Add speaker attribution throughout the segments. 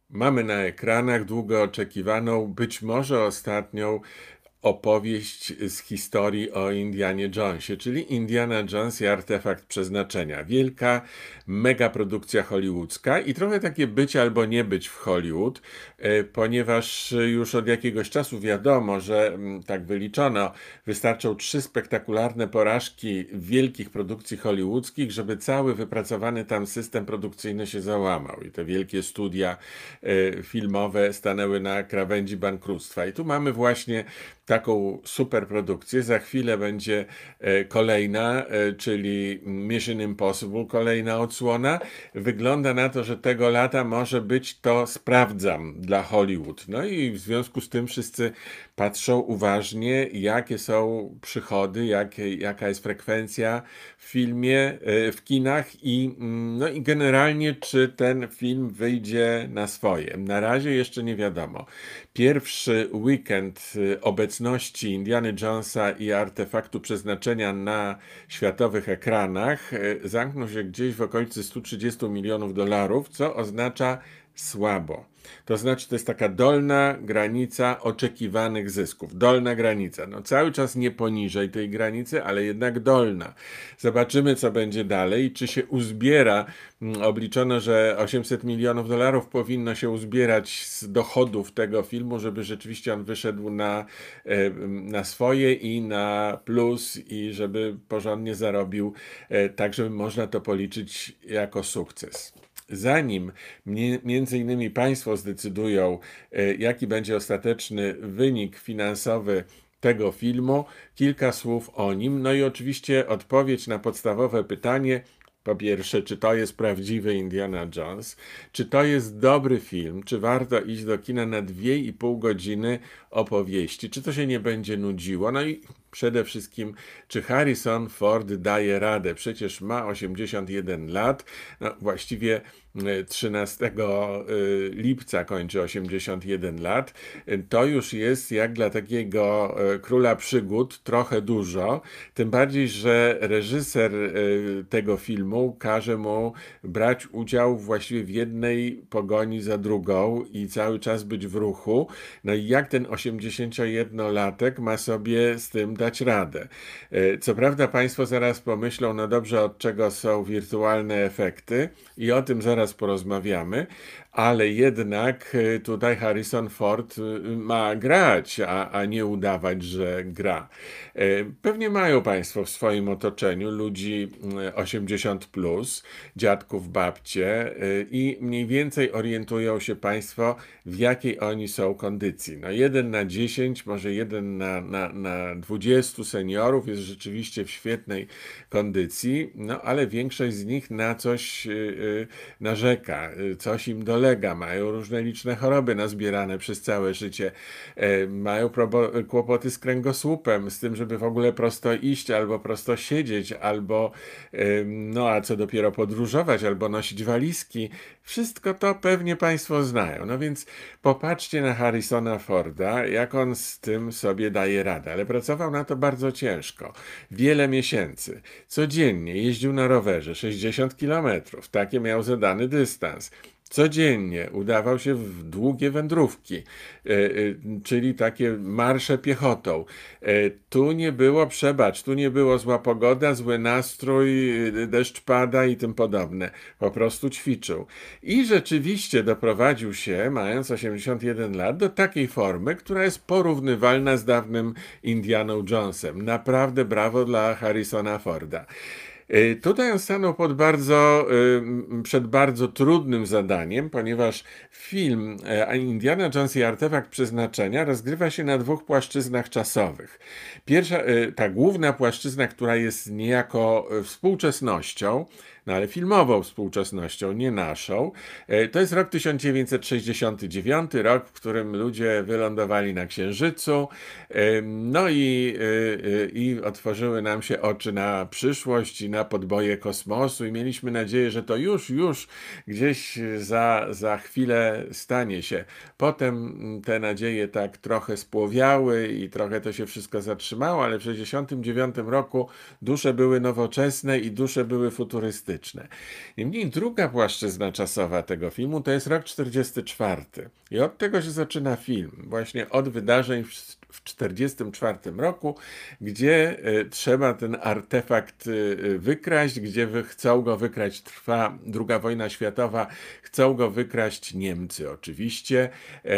Speaker 1: Mamy na ekranach długo oczekiwaną, być może ostatnią opowieść z historii o Indianie Jonesie, czyli Indiana Jones i artefakt przeznaczenia. Wielka, mega produkcja hollywoodzka i trochę takie być albo nie być w Hollywood, ponieważ już od jakiegoś czasu wiadomo, że tak wyliczono, wystarczą trzy spektakularne porażki wielkich produkcji hollywoodzkich, żeby cały wypracowany tam system produkcyjny się załamał i te wielkie studia filmowe stanęły na krawędzi bankructwa. I tu mamy właśnie taką super produkcję. Za chwilę będzie kolejna, czyli Mission Impossible, kolejna odsłona. Wygląda na to, że tego lata może być to sprawdzam dla Hollywood. No i w związku z tym wszyscy patrzą uważnie, jakie są przychody, jaka jest frekwencja w filmie, w kinach no i generalnie, czy ten film wyjdzie na swoje. Na razie jeszcze nie wiadomo. Pierwszy weekend obecności Indiana Jonesa i artefaktu przeznaczenia na światowych ekranach zamknął się gdzieś w okolicy 130 milionów dolarów, co oznacza słabo. To znaczy, to jest taka dolna granica oczekiwanych zysków. Dolna granica. No cały czas nie poniżej tej granicy, ale jednak dolna. Zobaczymy, co będzie dalej. Czy się uzbiera. Obliczono, że 800 milionów dolarów powinno się uzbierać z dochodów tego filmu, żeby rzeczywiście on wyszedł na swoje i na plus i żeby porządnie zarobił, tak żeby można to policzyć jako sukces. Zanim między innymi państwo zdecydują, jaki będzie ostateczny wynik finansowy tego filmu, kilka słów o nim. No i oczywiście odpowiedź na podstawowe pytanie. Po pierwsze, czy to jest prawdziwy Indiana Jones? Czy to jest dobry film? Czy warto iść do kina na 2,5 godziny opowieści? Czy to się nie będzie nudziło? No i przede wszystkim, czy Harrison Ford daje radę? Przecież ma 81 lat, no właściwie 13 lipca kończy 81 lat. To już jest jak dla takiego króla przygód trochę dużo, tym bardziej, że reżyser tego filmu każe mu brać udział właściwie w jednej pogoni za drugą i cały czas być w ruchu. No i jak ten 81-latek ma sobie z tym dać radę? Co prawda państwo zaraz pomyślą, no dobrze, od czego są wirtualne efekty i o tym zaraz porozmawiamy, ale jednak tutaj Harrison Ford ma grać, a nie udawać, że gra. Pewnie mają państwo w swoim otoczeniu ludzi 80 plus, dziadków, babcie i mniej więcej orientują się państwo, w jakiej oni są kondycji. No 1 na 10, może 1 na 20 seniorów jest rzeczywiście w świetnej kondycji, no ale większość z nich na coś narzeka, coś im dolega, mają różne liczne choroby nazbierane przez całe życie, mają kłopoty z kręgosłupem, z tym, żeby w ogóle prosto iść, albo prosto siedzieć, albo no a co dopiero podróżować, albo nosić walizki. Wszystko to pewnie państwo znają. No więc popatrzcie na Harrisona Forda, jak on z tym sobie daje radę, ale pracował na to bardzo ciężko. Wiele miesięcy. Codziennie jeździł na rowerze 60 kilometrów. Takie miał zadany dystans. Codziennie udawał się w długie wędrówki, czyli takie marsze piechotą. Tu nie było przebacz, tu nie było zła pogoda, zły nastrój, deszcz pada i tym podobne. Po prostu ćwiczył. I rzeczywiście doprowadził się, mając 81 lat, do takiej formy, która jest porównywalna z dawnym Indianą Jonesem. Naprawdę brawo dla Harrisona Forda. Tutaj on stanął przed bardzo trudnym zadaniem, ponieważ film Indiana Jones i artefakt przeznaczenia rozgrywa się na dwóch płaszczyznach czasowych. Pierwsza, ta główna płaszczyzna, która jest niejako współczesnością, no ale filmową współczesnością, nie naszą, to jest rok 1969, rok, w którym ludzie wylądowali na Księżycu, no i otworzyły nam się oczy na przyszłość i na podboje kosmosu i mieliśmy nadzieję, że to już gdzieś za chwilę stanie się. Potem te nadzieje tak trochę spłowiały i trochę to się wszystko zatrzymało, ale w 1969 roku dusze były nowoczesne i dusze były futurystyczne. Niemniej druga płaszczyzna czasowa tego filmu to jest rok 1944. I od tego się zaczyna film, właśnie od wydarzeń w 1944 roku, gdzie trzeba ten artefakt wykraść, gdzie chcą go wykraść, trwa II wojna światowa, chcą go wykraść Niemcy oczywiście,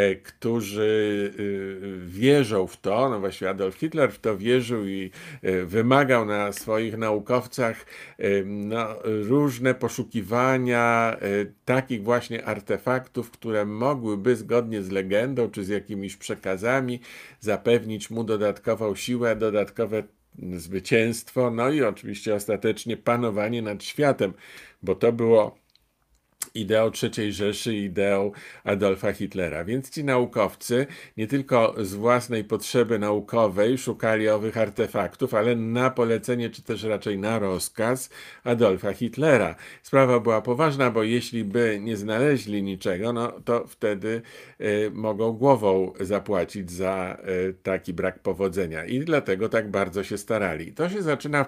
Speaker 1: którzy wierzą w to, no właśnie Adolf Hitler w to wierzył i wymagał na swoich naukowcach różne poszukiwania takich właśnie artefaktów, które mogłyby zgodnie z legendą czy z jakimiś przekazami zapewnić mu dodatkową siłę, dodatkowe zwycięstwo, no i oczywiście ostatecznie panowanie nad światem, bo to było ideą III Rzeszy, ideą Adolfa Hitlera. Więc ci naukowcy nie tylko z własnej potrzeby naukowej szukali owych artefaktów, ale na polecenie, czy też raczej na rozkaz Adolfa Hitlera. Sprawa była poważna, bo jeśli by nie znaleźli niczego, no to wtedy mogą głową zapłacić za taki brak powodzenia. I dlatego tak bardzo się starali. To się zaczyna w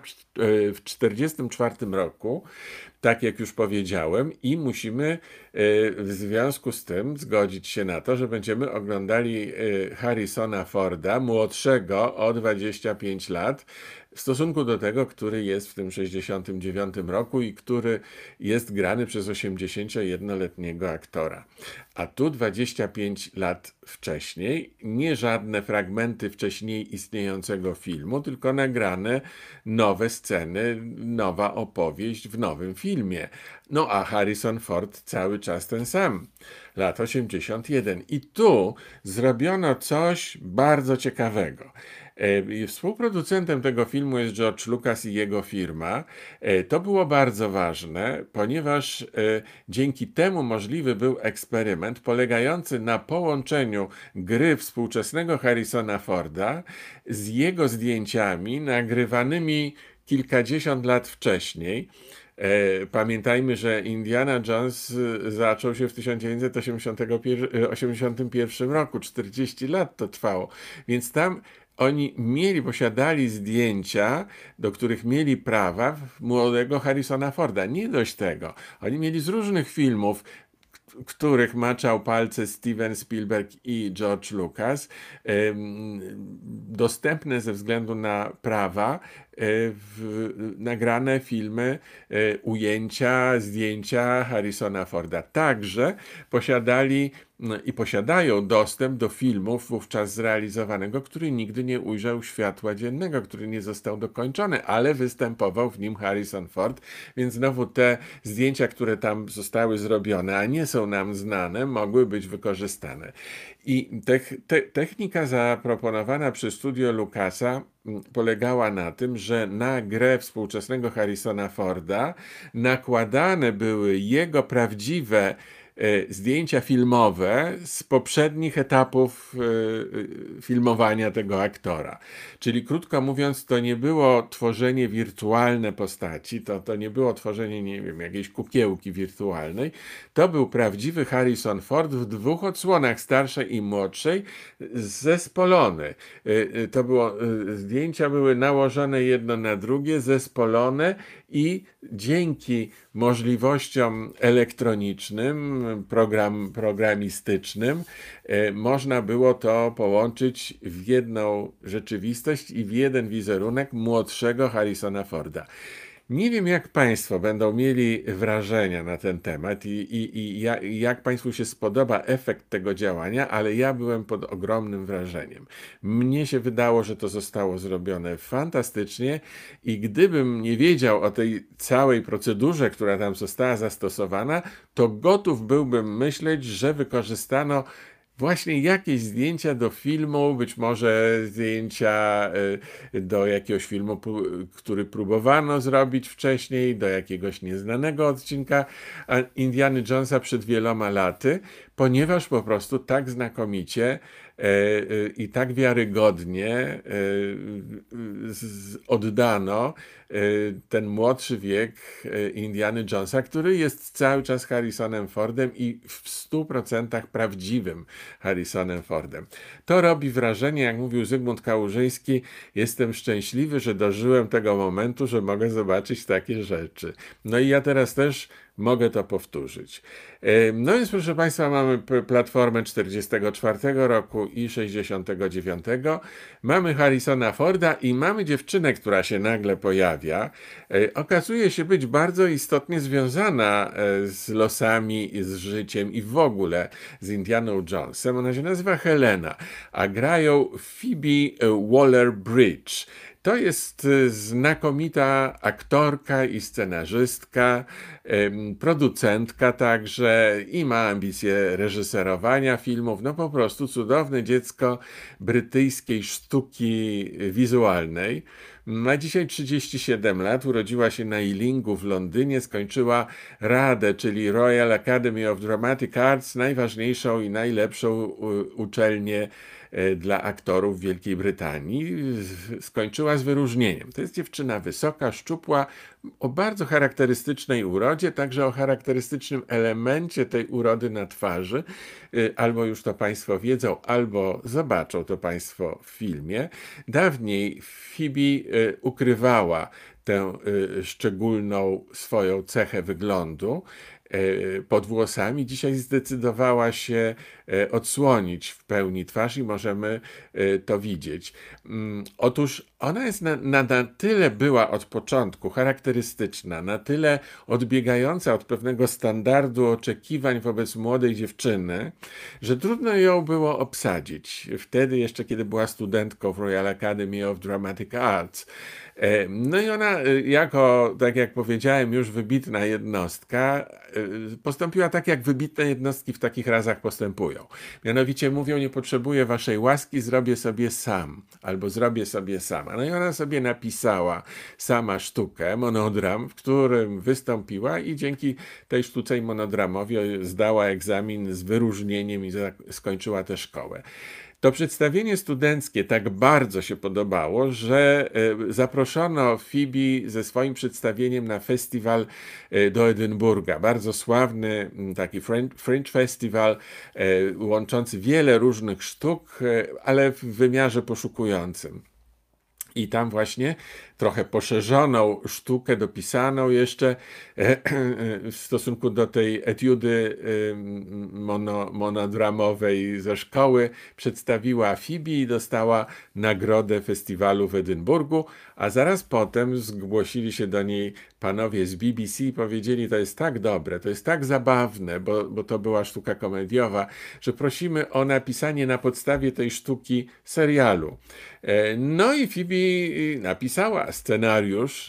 Speaker 1: 1944 roku, tak jak już powiedziałem, i musimy w związku z tym zgodzić się na to, że będziemy oglądali Harrisona Forda, młodszego o 25 lat, w stosunku do tego, który jest w tym 1969 roku i który jest grany przez 81-letniego aktora. A tu 25 lat wcześniej, nie żadne fragmenty wcześniej istniejącego filmu, tylko nagrane nowe sceny, nowa opowieść w nowym filmie. No a Harrison Ford cały czas ten sam, lat 81. I tu zrobiono coś bardzo ciekawego. Współproducentem tego filmu jest George Lucas i jego firma. To było bardzo ważne, ponieważ dzięki temu możliwy był eksperyment polegający na połączeniu gry współczesnego Harrisona Forda z jego zdjęciami nagrywanymi kilkadziesiąt lat wcześniej. Pamiętajmy, że Indiana Jones zaczął się w 1981 roku, 40 lat to trwało, więc tam oni posiadali zdjęcia, do których mieli prawa młodego Harrisona Forda. Nie dość tego, oni mieli z różnych filmów, których maczał palce Steven Spielberg i George Lucas, dostępne ze względu na prawa, nagrane filmy, ujęcia, zdjęcia Harrisona Forda. Także posiadali i posiadają dostęp do filmów wówczas zrealizowanego, który nigdy nie ujrzał światła dziennego, który nie został dokończony, ale występował w nim Harrison Ford, więc znowu te zdjęcia, które tam zostały zrobione, a nie są nam znane, mogły być wykorzystane. I technika zaproponowana przez studio Lucasa polegała na tym, że na grę współczesnego Harrisona Forda nakładane były jego prawdziwe zdjęcia filmowe z poprzednich etapów filmowania tego aktora. Czyli krótko mówiąc, to nie było tworzenie wirtualne postaci, to nie było tworzenie, nie wiem, jakiejś kukiełki wirtualnej. To był prawdziwy Harrison Ford w dwóch odsłonach, starszej i młodszej, zespolony. Zdjęcia były nałożone jedno na drugie, zespolone i dzięki możliwościom elektronicznym, programistycznym, można było to połączyć w jedną rzeczywistość i w jeden wizerunek młodszego Harrisona Forda. Nie wiem, jak Państwo będą mieli wrażenia na ten temat i jak Państwu się spodoba efekt tego działania, ale ja byłem pod ogromnym wrażeniem. Mnie się wydało, że to zostało zrobione fantastycznie i gdybym nie wiedział o tej całej procedurze, która tam została zastosowana, to gotów byłbym myśleć, że wykorzystano właśnie jakieś zdjęcia do filmu, być może zdjęcia do jakiegoś filmu, który próbowano zrobić wcześniej, do jakiegoś nieznanego odcinka Indiana Jonesa przed wieloma laty, ponieważ po prostu tak znakomicie i tak wiarygodnie oddano ten młodszy wiek Indiany Jonesa, który jest cały czas Harrisonem Fordem i w 100% prawdziwym Harrisonem Fordem. To robi wrażenie, jak mówił Zygmunt Kałużyński, jestem szczęśliwy, że dożyłem tego momentu, że mogę zobaczyć takie rzeczy. No i ja teraz też mogę to powtórzyć. No więc proszę Państwa, mamy platformę 44 roku i 69. Mamy Harrisona Forda i mamy dziewczynę, która się nagle pojawia. Okazuje się być bardzo istotnie związana z losami, z życiem i w ogóle z Indianą Jonesem. Ona się nazywa Helena, a grają Phoebe Waller-Bridge. To jest znakomita aktorka i scenarzystka, producentka także i ma ambicje reżyserowania filmów. No po prostu cudowne dziecko brytyjskiej sztuki wizualnej. Ma dzisiaj 37 lat, urodziła się na Ealingu w Londynie, skończyła RADę, czyli Royal Academy of Dramatic Arts, najważniejszą i najlepszą uczelnię dla aktorów w Wielkiej Brytanii. Skończyła z wyróżnieniem. To jest dziewczyna wysoka, szczupła, o bardzo charakterystycznej urodzie, także o charakterystycznym elemencie tej urody na twarzy. Albo już to Państwo wiedzą, albo zobaczą to Państwo w filmie. Dawniej Phoebe ukrywała tę szczególną swoją cechę wyglądu pod włosami. Dzisiaj zdecydowała się odsłonić w pełni twarz i możemy to widzieć. Otóż ona jest na tyle była od początku charakterystyczna, na tyle odbiegająca od pewnego standardu oczekiwań wobec młodej dziewczyny, że trudno ją było obsadzić. Wtedy jeszcze, kiedy była studentką w Royal Academy of Dramatic Arts. No i ona jako, tak jak powiedziałem, już wybitna jednostka, postąpiła tak, jak wybitne jednostki w takich razach postępują. Mianowicie mówią, nie potrzebuję waszej łaski, zrobię sobie sam, albo zrobię sobie sama. No i ona sobie napisała sama sztukę, monodram, w którym wystąpiła i dzięki tej sztuce i monodramowi zdała egzamin z wyróżnieniem i skończyła tę szkołę. To przedstawienie studenckie tak bardzo się podobało, że zaproszono Phoebe ze swoim przedstawieniem na festiwal do Edynburga. Bardzo sławny taki Fringe Festival, łączący wiele różnych sztuk, ale w wymiarze poszukującym. I tam właśnie trochę poszerzoną sztukę, dopisaną jeszcze w stosunku do tej etiudy monodramowej ze szkoły, przedstawiła Phoebe i dostała nagrodę festiwalu w Edynburgu, a zaraz potem zgłosili się do niej panowie z BBC i powiedzieli, to jest tak dobre, to jest tak zabawne, bo to była sztuka komediowa, że prosimy o napisanie na podstawie tej sztuki serialu. No i Phoebe napisała scenariusz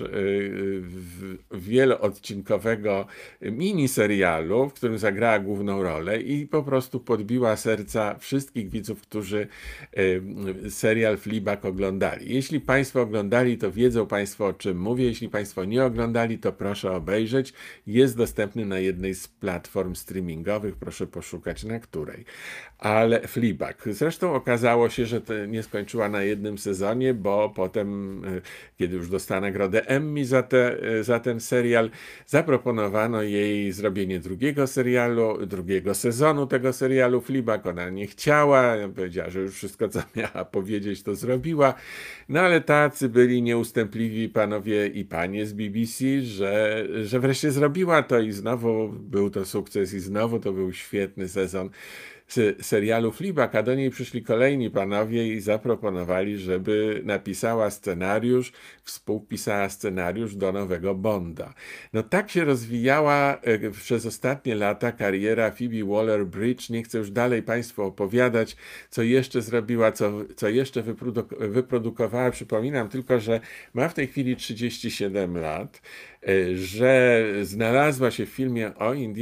Speaker 1: wieloodcinkowego miniserialu, w którym zagrała główną rolę i po prostu podbiła serca wszystkich widzów, którzy serial Fleabag oglądali. Jeśli Państwo oglądali, to wiedzą Państwo, o czym mówię. Jeśli Państwo nie oglądali, to proszę obejrzeć. Jest dostępny na jednej z platform streamingowych. Proszę poszukać, na której. Ale Fleabag. Zresztą okazało się, że to nie skończyła na jednym sezonie, bo potem, kiedy już dostała nagrodę Emmy za ten serial, zaproponowano jej zrobienie drugiego sezonu tego serialu Fleabag. Ona nie chciała, powiedziała, że już wszystko, co miała powiedzieć, to zrobiła. No ale tacy byli nieustępliwi panowie i panie z BBC, że wreszcie zrobiła to i znowu był to sukces i znowu to był świetny sezon serialu Fleabag, a do niej przyszli kolejni panowie i zaproponowali, żeby napisała scenariusz, współpisała scenariusz do nowego Bonda. No tak się rozwijała przez ostatnie lata kariera Phoebe Waller-Bridge. Nie chcę już dalej Państwu opowiadać, co jeszcze zrobiła, co jeszcze wyprodukowała. Przypominam tylko, że ma w tej chwili 37 lat. że znalazła się w filmie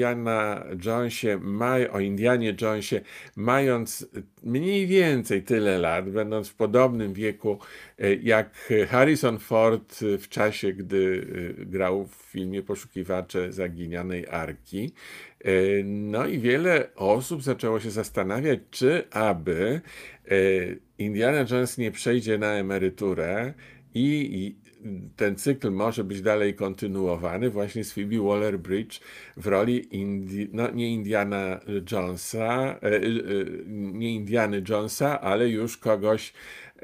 Speaker 1: o Indianie Jonesie, mając mniej więcej tyle lat, będąc w podobnym wieku jak Harrison Ford w czasie, gdy grał w filmie Poszukiwacze Zaginionej Arki. No i wiele osób zaczęło się zastanawiać, czy aby Indiana Jones nie przejdzie na emeryturę i ten cykl może być dalej kontynuowany właśnie z Phoebe Waller-Bridge w roli nie Indiana Jonesa, nie Indiany Jonesa, ale już kogoś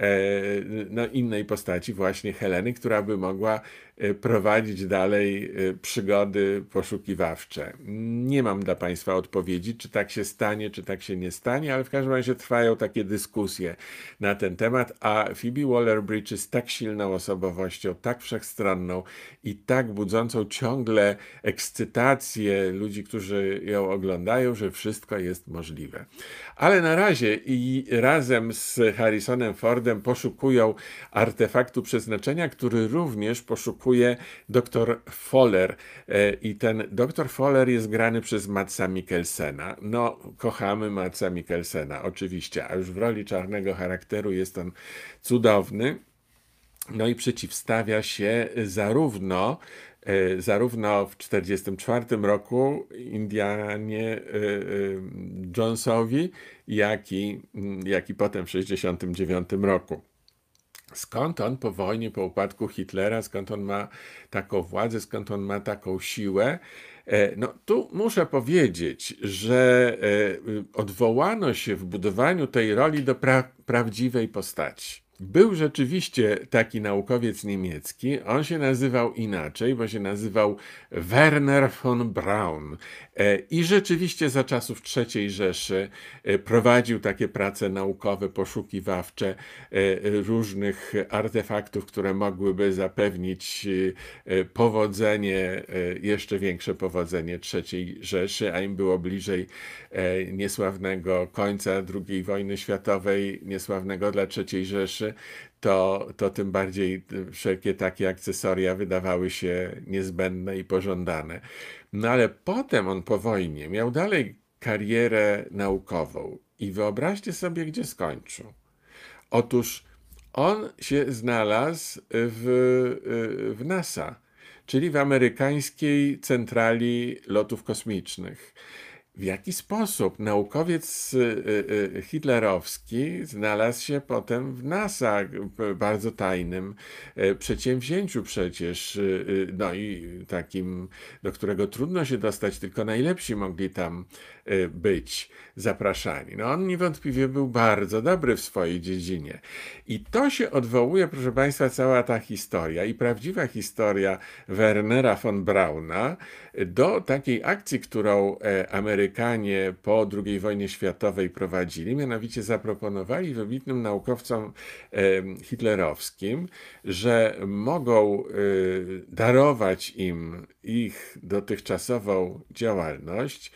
Speaker 1: innej postaci, właśnie Heleny, która by mogła prowadzić dalej przygody poszukiwawcze. Nie mam dla Państwa odpowiedzi, czy tak się stanie, czy tak się nie stanie, ale w każdym razie trwają takie dyskusje na ten temat, a Phoebe Waller-Bridge jest tak silną osobowością, tak wszechstronną i tak budzącą ciągle ekscytację ludzi, którzy ją oglądają, że wszystko jest możliwe. Ale na razie i razem z Harrisonem Fordem poszukują artefaktu przeznaczenia, który również poszukuje dr Fowler. I ten dr Fowler jest grany przez Madsa Mikkelsena. No, kochamy Madsa Mikkelsena, oczywiście, a już w roli czarnego charakteru jest on cudowny. No i przeciwstawia się zarówno w 1944 roku Indianie Jonesowi, jak i potem w 1969 roku. Skąd on po wojnie, po upadku Hitlera, skąd on ma taką władzę, skąd on ma taką siłę? No tu muszę powiedzieć, że odwołano się w budowaniu tej roli do prawdziwej postaci. Był rzeczywiście taki naukowiec niemiecki, on się nazywał inaczej, bo się nazywał Werner von Braun i rzeczywiście za czasów III Rzeszy prowadził takie prace naukowe, poszukiwawcze różnych artefaktów, które mogłyby zapewnić powodzenie, jeszcze większe powodzenie III Rzeszy, a im było bliżej niesławnego końca II wojny światowej, niesławnego dla III Rzeszy, to tym bardziej wszelkie takie akcesoria wydawały się niezbędne i pożądane. No ale potem on po wojnie miał dalej karierę naukową i wyobraźcie sobie, gdzie skończył. Otóż on się znalazł w NASA, czyli w amerykańskiej centrali lotów kosmicznych. W jaki sposób naukowiec hitlerowski znalazł się potem w NASA, bardzo tajnym przedsięwzięciu przecież, no i takim, do którego trudno się dostać, tylko najlepsi mogli tam być zapraszani. No on niewątpliwie był bardzo dobry w swojej dziedzinie. I to się odwołuje, proszę Państwa, cała ta historia i prawdziwa historia Wernera von Brauna do takiej akcji, którą Amerykanie po II wojnie światowej prowadzili, mianowicie zaproponowali wybitnym naukowcom hitlerowskim, że mogą darować im ich dotychczasową działalność,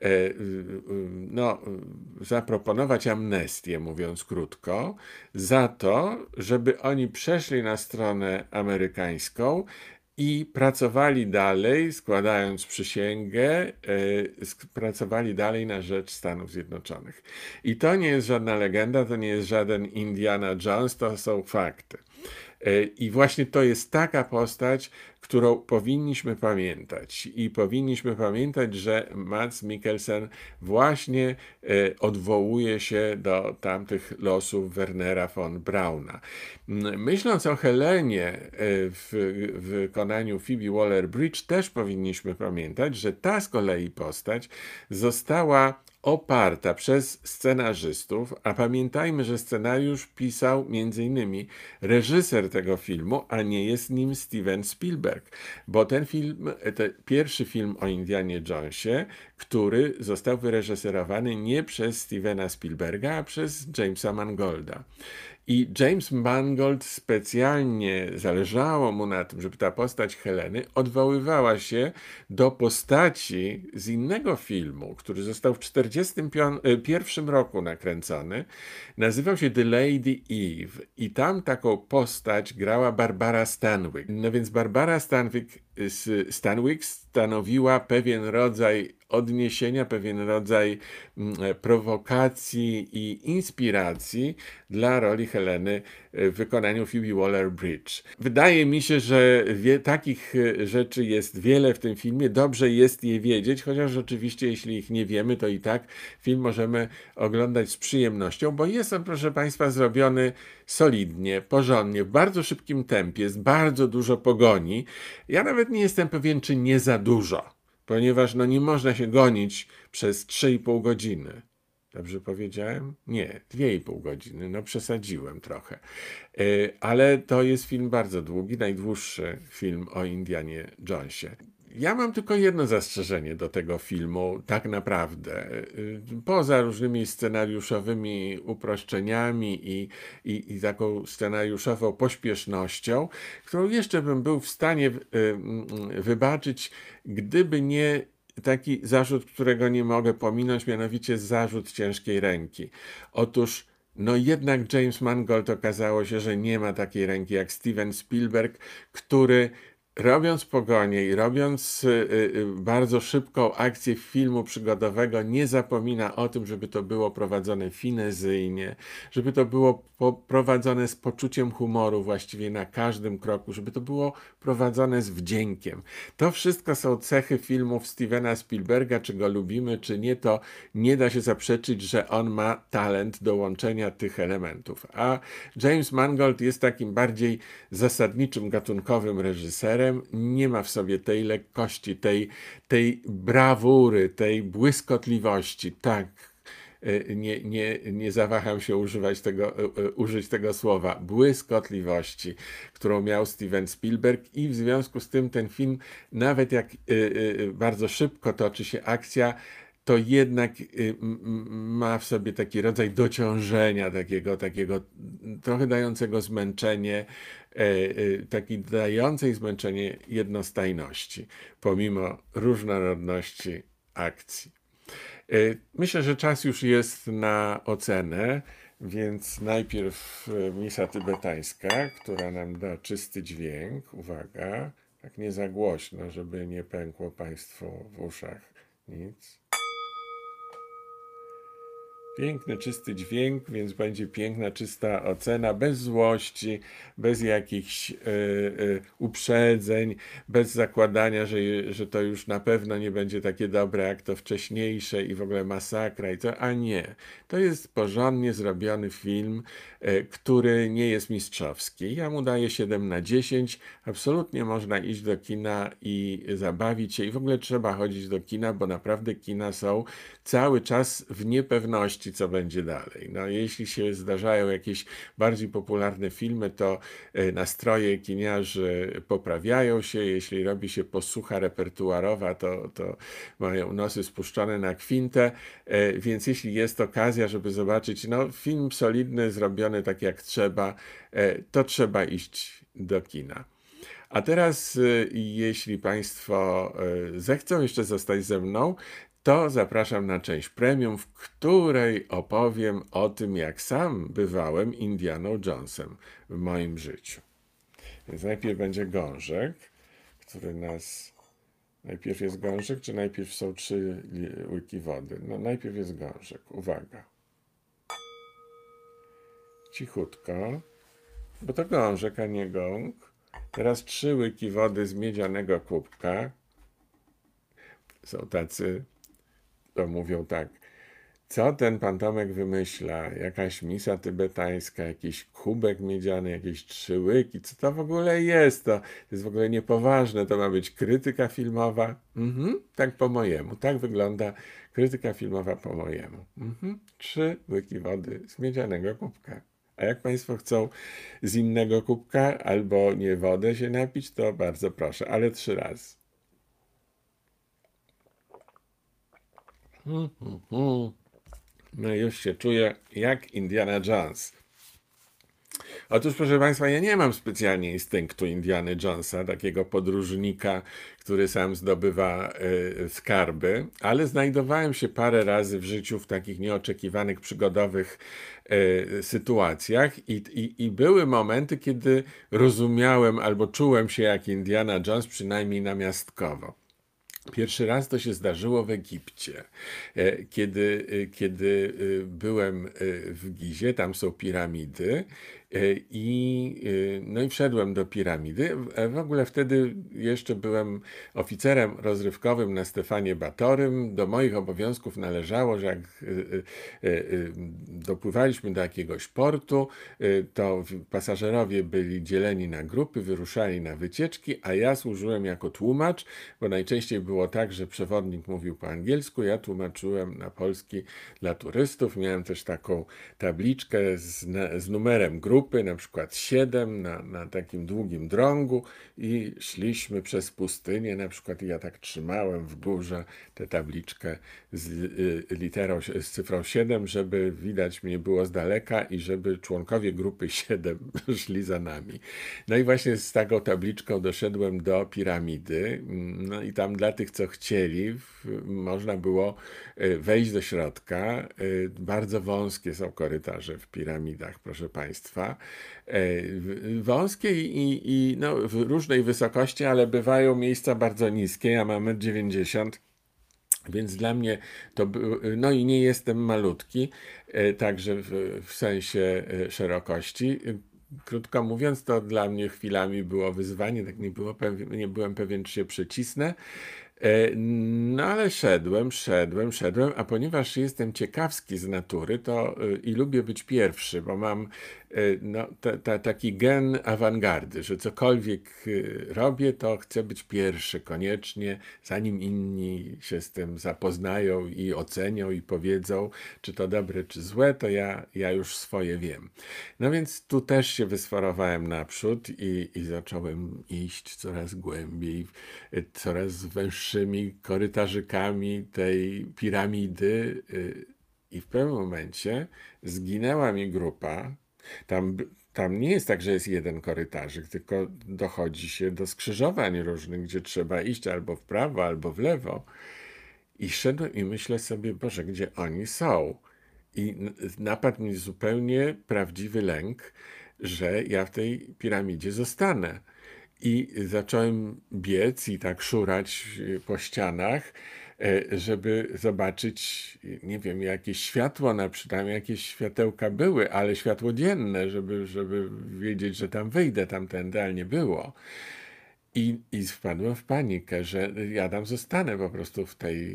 Speaker 1: no, zaproponować amnestię, mówiąc krótko, za to, żeby oni przeszli na stronę amerykańską i pracowali dalej, składając przysięgę, pracowali dalej na rzecz Stanów Zjednoczonych. I to nie jest żadna legenda, to nie jest żaden Indiana Jones, to są fakty. I właśnie to jest taka postać, którą powinniśmy pamiętać. I powinniśmy pamiętać, że Mads Mikkelsen właśnie odwołuje się do tamtych losów Wernera von Brauna. Myśląc o Helenie w wykonaniu Phoebe Waller-Bridge, też powinniśmy pamiętać, że ta z kolei postać została oparta przez scenarzystów, a pamiętajmy, że scenariusz pisał m.in. reżyser tego filmu, a nie jest nim Steven Spielberg, bo ten film, to pierwszy film o Indianie Jonesie, który został wyreżyserowany nie przez Stevena Spielberga, a przez Jamesa Mangolda. I James Mangold specjalnie zależało mu na tym, żeby ta postać Heleny odwoływała się do postaci z innego filmu, który został w 1941 roku nakręcony. Nazywał się The Lady Eve i tam taką postać grała Barbara Stanwyck. No więc Barbara Stanwyck Stanwyck stanowiła pewien rodzaj odniesienia, pewien rodzaj prowokacji i inspiracji dla roli Heleny w wykonaniu Phoebe Waller-Bridge. Wydaje mi się, że takich rzeczy jest wiele w tym filmie. Dobrze jest je wiedzieć, chociaż oczywiście jeśli ich nie wiemy, to i tak film możemy oglądać z przyjemnością, bo jest on, proszę Państwa, zrobiony solidnie, porządnie, w bardzo szybkim tempie, jest bardzo dużo pogoni. Ja nawet nie jestem pewien, czy nie za dużo, ponieważ no nie można się gonić przez 3,5 godziny. Dobrze powiedziałem? Nie, 2,5 godziny, no przesadziłem trochę. Ale to jest film bardzo długi, najdłuższy film o Indianie Jonesie. Ja mam tylko jedno zastrzeżenie do tego filmu, tak naprawdę. Poza różnymi scenariuszowymi uproszczeniami i taką scenariuszową pośpiesznością, którą jeszcze bym był w stanie wybaczyć, gdyby nie taki zarzut, którego nie mogę pominąć, mianowicie zarzut ciężkiej ręki. Otóż no jednak James Mangold okazało się, że nie ma takiej ręki jak Steven Spielberg, który robiąc pogonię i robiąc bardzo szybką akcję filmu przygodowego, nie zapomina o tym, żeby to było prowadzone finezyjnie, żeby to było prowadzone z poczuciem humoru właściwie na każdym kroku, żeby to było prowadzone z wdziękiem. To wszystko są cechy filmów Stevena Spielberga, czy go lubimy, czy nie, to nie da się zaprzeczyć, że on ma talent do łączenia tych elementów. A James Mangold jest takim bardziej zasadniczym, gatunkowym reżyserem, nie ma w sobie tej lekkości, tej brawury, tej błyskotliwości. Tak, nie zawaham się użyć tego słowa, błyskotliwości, którą miał Steven Spielberg i w związku z tym ten film, nawet jak bardzo szybko toczy się akcja, to jednak ma w sobie taki rodzaj dociążenia, takiego trochę dającego zmęczenie, takiej dającej zmęczenie jednostajności, pomimo różnorodności akcji. Myślę, że czas już jest na ocenę, więc najpierw misa tybetańska, która nam da czysty dźwięk. Uwaga, tak nie za głośno, żeby nie pękło Państwu w uszach nic. Piękny, czysty dźwięk, więc będzie piękna, czysta ocena, bez złości, bez jakichś uprzedzeń, bez zakładania, że to już na pewno nie będzie takie dobre jak to wcześniejsze i w ogóle masakra i to, a nie. To jest porządnie zrobiony film, który nie jest mistrzowski. Ja mu daję 7/10. Absolutnie można iść do kina i zabawić się i w ogóle trzeba chodzić do kina, bo naprawdę kina są cały czas w niepewności, co będzie dalej. No, jeśli się zdarzają jakieś bardziej popularne filmy, to nastroje kiniarzy poprawiają się. Jeśli robi się posłucha repertuarowa, to mają nosy spuszczone na kwintę, więc jeśli jest okazja, żeby zobaczyć film solidny, zrobiony tak jak trzeba, to trzeba iść do kina. A teraz, jeśli Państwo zechcą jeszcze zostać ze mną, to zapraszam na część premium, w której opowiem o tym, jak sam bywałem Indianą Jonesem w moim życiu. Więc najpierw będzie gążek, który nas... Najpierw jest gążek, czy najpierw są 3 łyki wody? No najpierw jest gążek. Uwaga. Cichutko, bo to gążek, a nie gąg. Teraz 3 łyki wody z miedzianego kubka. Są tacy, to mówią tak, co ten pan Tomek wymyśla? Jakaś misa tybetańska, jakiś kubek miedziany, jakieś 3 łyki, co to w ogóle jest? To jest w ogóle niepoważne, to ma być krytyka filmowa? Tak po mojemu, tak wygląda krytyka filmowa po mojemu. 3 łyki wody z miedzianego kubka. A jak Państwo chcą z innego kubka albo nie wodę się napić, to bardzo proszę, ale 3 razy. No już się czuję jak Indiana Jones. Otóż, proszę Państwa, ja nie mam specjalnie instynktu Indiana Jonesa, takiego podróżnika, który sam zdobywa skarby, ale znajdowałem się parę razy w życiu w takich nieoczekiwanych, przygodowych sytuacjach i były momenty, kiedy rozumiałem albo czułem się jak Indiana Jones, przynajmniej namiastkowo. Pierwszy raz to się zdarzyło w Egipcie, kiedy byłem w Gizie, tam są piramidy no i wszedłem do piramidy. W ogóle wtedy jeszcze byłem oficerem rozrywkowym na Stefanie Batorym. Do moich obowiązków należało, że jak dopływaliśmy do jakiegoś portu, to pasażerowie byli dzieleni na grupy, wyruszali na wycieczki, a ja służyłem jako tłumacz, bo najczęściej było tak, że przewodnik mówił po angielsku, ja tłumaczyłem na polski dla turystów. Miałem też taką tabliczkę z numerem grupy, na przykład 7 na takim długim drągu i szliśmy przez pustynię, na przykład ja tak trzymałem w górze tę tabliczkę z cyfrą 7, żeby widać mnie było z daleka i żeby członkowie grupy 7 szli za nami. No i właśnie z taką tabliczką doszedłem do piramidy, no i tam dla tych, co chcieli, można było wejść do środka. Bardzo wąskie są korytarze w piramidach, proszę Państwa. Wąskie i no, w różnej wysokości, ale bywają miejsca bardzo niskie. Ja mam 1,90 m. Więc dla mnie to no i nie jestem malutki, także w sensie szerokości. Krótko mówiąc, to dla mnie chwilami było wyzwanie, tak nie byłem pewien, czy się przecisnę. No ale szedłem, a ponieważ jestem ciekawski z natury, to i lubię być pierwszy, bo mam no, taki gen awangardy, że cokolwiek robię, to chcę być pierwszy koniecznie, zanim inni się z tym zapoznają i ocenią i powiedzą, czy to dobre, czy złe, to ja już swoje wiem. No więc tu też się wysforowałem naprzód i zacząłem iść coraz głębiej, coraz węższymi korytarzykami tej piramidy i w pewnym momencie zginęła mi grupa. Tam nie jest tak, że jest jeden korytarzyk, tylko dochodzi się do skrzyżowań różnych, gdzie trzeba iść albo w prawo, albo w lewo. I szedłem i myślę sobie, Boże, gdzie oni są? I napadł mi zupełnie prawdziwy lęk, że ja w tej piramidzie zostanę. I zacząłem biec i tak szurać po ścianach, żeby zobaczyć, nie wiem, jakieś światło, tam jakieś światełka były, ale światło dzienne, żeby wiedzieć, że tam wyjdę tamtędy, ale nie było. I wpadłem w panikę, że ja tam zostanę po prostu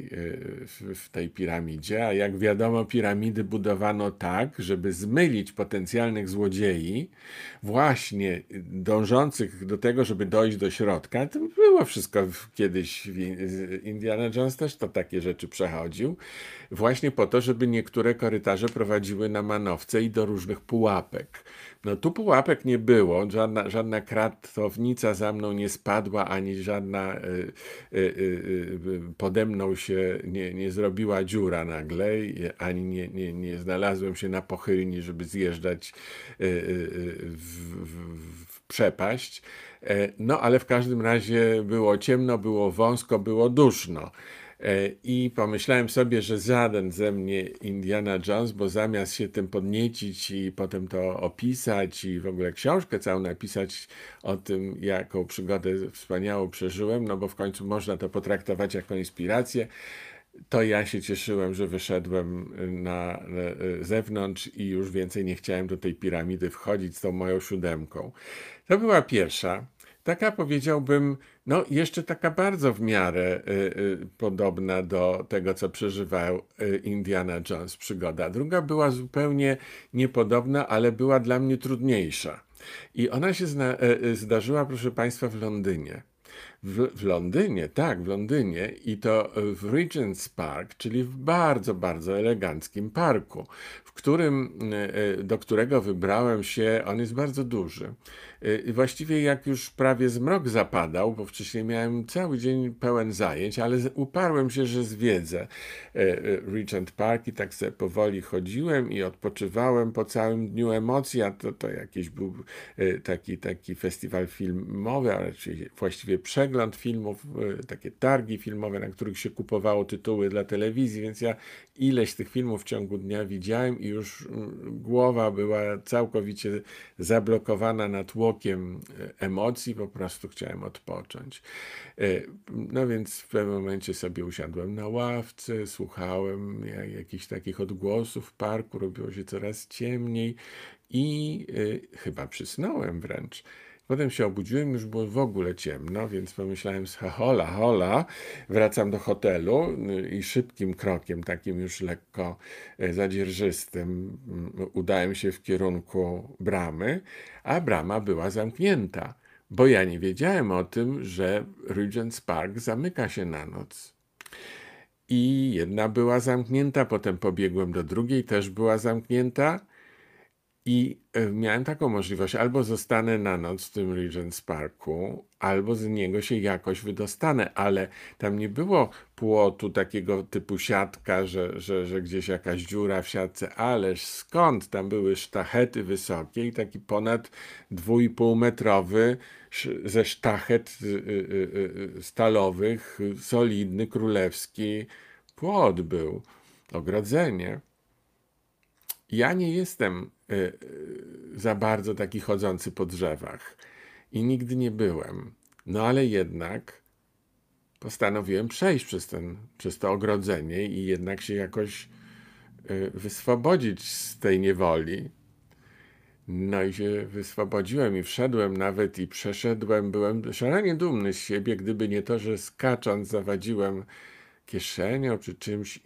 Speaker 1: w tej piramidzie, a jak wiadomo, piramidy budowano tak, żeby zmylić potencjalnych złodziei, właśnie dążących do tego, żeby dojść do środka. To było wszystko kiedyś, Indiana Jones też to takie rzeczy przechodził, właśnie po to, żeby niektóre korytarze prowadziły na manowce i do różnych pułapek. No tu pułapek nie było, żadna kratownica za mną nie spadła, ani żadna pode mną się nie zrobiła dziura nagle, ani nie znalazłem się na pochylni, żeby zjeżdżać w przepaść. No ale w każdym razie było ciemno, było wąsko, było duszno. I pomyślałem sobie, że żaden ze mnie Indiana Jones, bo zamiast się tym podniecić i potem to opisać i w ogóle książkę całą napisać o tym, jaką przygodę wspaniałą przeżyłem, no bo w końcu można to potraktować jako inspirację, to ja się cieszyłem, że wyszedłem na zewnątrz i już więcej nie chciałem do tej piramidy wchodzić z tą moją 7. To była pierwsza. Taka powiedziałbym, no jeszcze taka bardzo w miarę podobna do tego, co przeżywał Indiana Jones przygoda. Druga była zupełnie niepodobna, ale była dla mnie trudniejsza. I ona się zdarzyła, proszę Państwa, w Londynie. W Londynie, tak, w Londynie i to w Regent's Park, czyli w bardzo, bardzo eleganckim parku, w którym, do którego wybrałem się, on jest bardzo duży. I właściwie jak już prawie zmrok zapadał, bo wcześniej miałem cały dzień pełen zajęć, ale uparłem się, że zwiedzę Regent Park i tak sobie powoli chodziłem i odpoczywałem po całym dniu emocji, a to jakiś był taki festiwal filmowy, ale właściwie przegląd filmów, takie targi filmowe, na których się kupowało tytuły dla telewizji, więc ja ileś tych filmów w ciągu dnia widziałem i już głowa była całkowicie zablokowana natłokiem emocji, po prostu chciałem odpocząć. No więc w pewnym momencie sobie usiadłem na ławce, słuchałem jakichś takich odgłosów w parku, robiło się coraz ciemniej i chyba przysnąłem wręcz. Potem się obudziłem, już było w ogóle ciemno, więc pomyślałem, hola, hola, wracam do hotelu i szybkim krokiem, takim już lekko zadzierżystym, udałem się w kierunku bramy, a brama była zamknięta, bo ja nie wiedziałem o tym, że Regent's Park zamyka się na noc. I jedna była zamknięta, potem pobiegłem do drugiej, też była zamknięta. I miałem taką możliwość, albo zostanę na noc w tym Regent's Parku, albo z niego się jakoś wydostanę, ale tam nie było płotu takiego typu siatka, że gdzieś jakaś dziura w siatce, ależ skąd? Tam były sztachety wysokie i taki ponad 2,5 metrowy ze sztachet stalowych, solidny, królewski płot był, ogrodzenie. Ja nie jestem za bardzo taki chodzący po drzewach i nigdy nie byłem. No ale jednak postanowiłem przejść przez to ogrodzenie i jednak się jakoś wyswobodzić z tej niewoli. No i się wyswobodziłem i wszedłem nawet i przeszedłem. Byłem szalenie dumny z siebie, gdyby nie to, że skacząc zawadziłem kieszenią czy czymś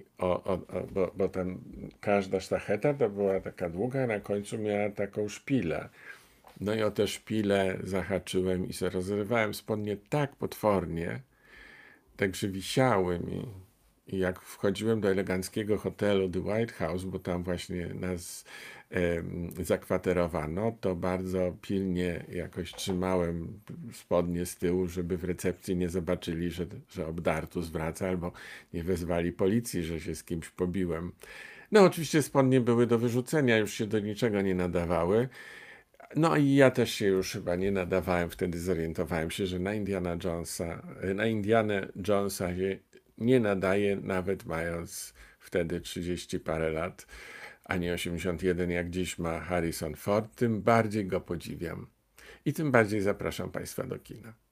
Speaker 1: bo tam każda sztacheta to była taka długa, a na końcu miała taką szpilę. No i o tę szpilę zahaczyłem i sobie rozrywałem spodnie tak potwornie, także wisiały mi. I jak wchodziłem do eleganckiego hotelu The White House, bo tam właśnie nas zakwaterowano, to bardzo pilnie jakoś trzymałem spodnie z tyłu, żeby w recepcji nie zobaczyli, że obdartus wraca, albo nie wezwali policji, że się z kimś pobiłem. No oczywiście spodnie były do wyrzucenia, już się do niczego nie nadawały. No i ja też się już chyba nie nadawałem, wtedy zorientowałem się, że na Indianę Jonesa się nie nadaje, nawet mając wtedy 30 parę lat, a nie 81, jak dziś ma Harrison Ford. Tym bardziej go podziwiam i tym bardziej zapraszam Państwa do kina.